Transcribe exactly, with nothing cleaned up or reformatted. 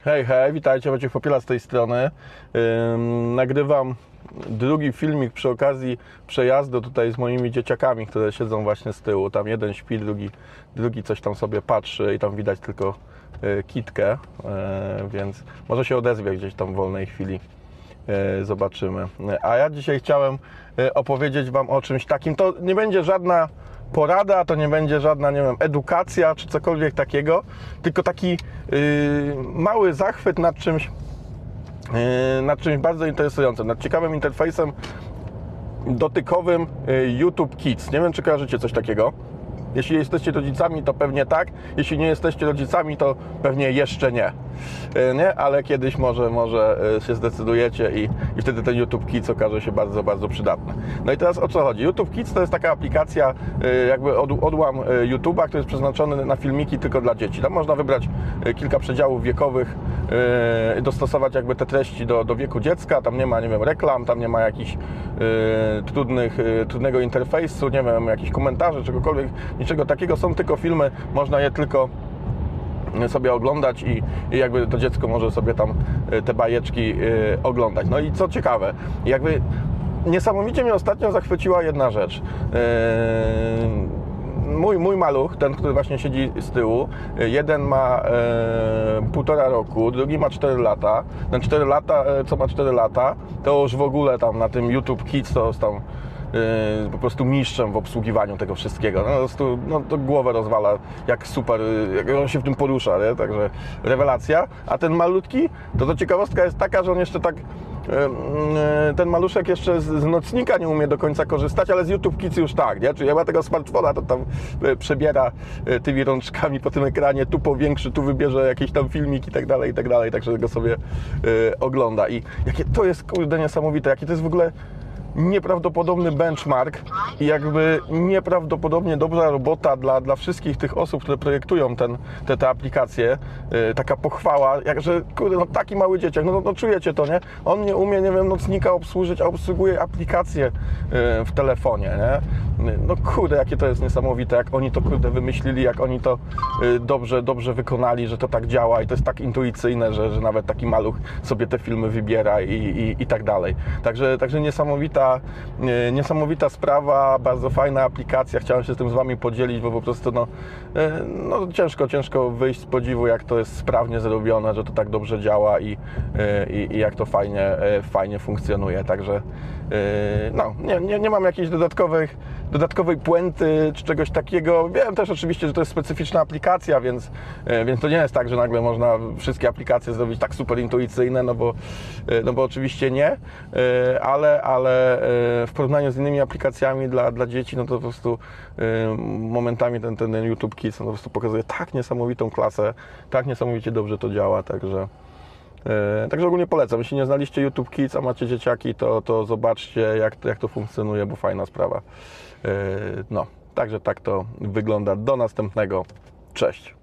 Hej, hej, witajcie, Wojciech Popiela z tej strony. Yy, nagrywam drugi filmik przy okazji przejazdu tutaj z moimi dzieciakami, które siedzą właśnie z tyłu. Tam jeden śpi, drugi, drugi coś tam sobie patrzy i tam widać tylko yy, kitkę, yy, więc może się odezwie gdzieś tam w wolnej chwili. Yy, zobaczymy. A ja dzisiaj chciałem yy, opowiedzieć Wam o czymś takim. To nie będzie żadna porada, to nie będzie żadna, nie wiem, edukacja czy cokolwiek takiego, tylko taki yy, mały zachwyt nad czymś, yy, nad czymś bardzo interesującym, nad ciekawym interfejsem dotykowym yy, YouTube Kids. Nie wiem, czy kojarzycie coś takiego. Jeśli jesteście rodzicami, to pewnie tak. Jeśli nie jesteście rodzicami, to pewnie jeszcze nie. nie? Ale kiedyś może, może się zdecydujecie i, i wtedy ten YouTube Kids okaże się bardzo, bardzo przydatny. No i teraz o co chodzi? YouTube Kids to jest taka aplikacja, jakby od, odłam YouTube'a, który jest przeznaczony na filmiki tylko dla dzieci. Tam można wybrać kilka przedziałów wiekowych, dostosować jakby te treści do, do wieku dziecka. Tam nie ma, nie wiem, reklam, tam nie ma jakichś trudnych, trudnego interfejsu, nie wiem, jakichś komentarzy, czegokolwiek. Niczego takiego, są tylko filmy, można je tylko sobie oglądać i, i jakby to dziecko może sobie tam te bajeczki y, oglądać. No i co ciekawe, jakby niesamowicie mnie ostatnio zachwyciła jedna rzecz. Yy, mój, mój maluch, ten, który właśnie siedzi z tyłu, jeden ma e, półtora roku, drugi ma cztery lata. Ten cztery lata, co ma cztery lata, to już w ogóle tam na tym YouTube Kids to jest tam Yy, po prostu mistrzem w obsługiwaniu tego wszystkiego. No, po prostu no, to głowę rozwala, jak super, jak on się w tym porusza, nie? Także rewelacja. A ten malutki, to to ciekawostka jest taka, że on jeszcze tak, yy, yy, ten maluszek jeszcze z, z nocnika nie umie do końca korzystać, ale z YouTube Kids już tak, nie? Czyli jak ma tego smartfona, to tam yy, przebiera yy, tymi rączkami po tym ekranie, tu powiększy, tu wybierze jakiś tam filmik i tak dalej, i tak dalej, także go sobie yy, ogląda. I jakie to jest, kurde, niesamowite, jakie to jest w ogóle nieprawdopodobny benchmark i jakby nieprawdopodobnie dobra robota dla, dla wszystkich tych osób, które projektują ten, te, te aplikacje, yy, taka pochwała, jakże, kurde, no taki mały dzieciak, no, no czujecie to, nie? On nie umie, nie wiem, nocnika obsłużyć, a obsługuje aplikację yy, w telefonie, nie? No kurde, jakie to jest niesamowite, jak oni to, kurde, wymyślili, jak oni to yy, dobrze, dobrze wykonali, że to tak działa i to jest tak intuicyjne, że, że nawet taki maluch sobie te filmy wybiera i, i, i tak dalej. Także, także niesamowita Niesamowita sprawa, bardzo fajna aplikacja, chciałem się z tym z Wami podzielić, bo po prostu no, no ciężko, ciężko wyjść z podziwu, jak to jest sprawnie zrobione, że to tak dobrze działa i, i, i jak to fajnie, fajnie funkcjonuje, także no, nie, nie, nie mam jakiejś dodatkowych, dodatkowej puenty czy czegoś takiego. Wiem też oczywiście, że to jest specyficzna aplikacja, więc, więc to nie jest tak, że nagle można wszystkie aplikacje zrobić tak super intuicyjne, no bo, no bo oczywiście nie, ale, ale w porównaniu z innymi aplikacjami dla, dla dzieci, no to po prostu momentami ten, ten YouTube Kids no po prostu pokazuje tak niesamowitą klasę, tak niesamowicie dobrze to działa, także Także ogólnie polecam. Jeśli nie znaliście YouTube Kids, a macie dzieciaki, to, to zobaczcie, jak to, jak to funkcjonuje, bo fajna sprawa. No, także tak to wygląda. Do następnego. Cześć.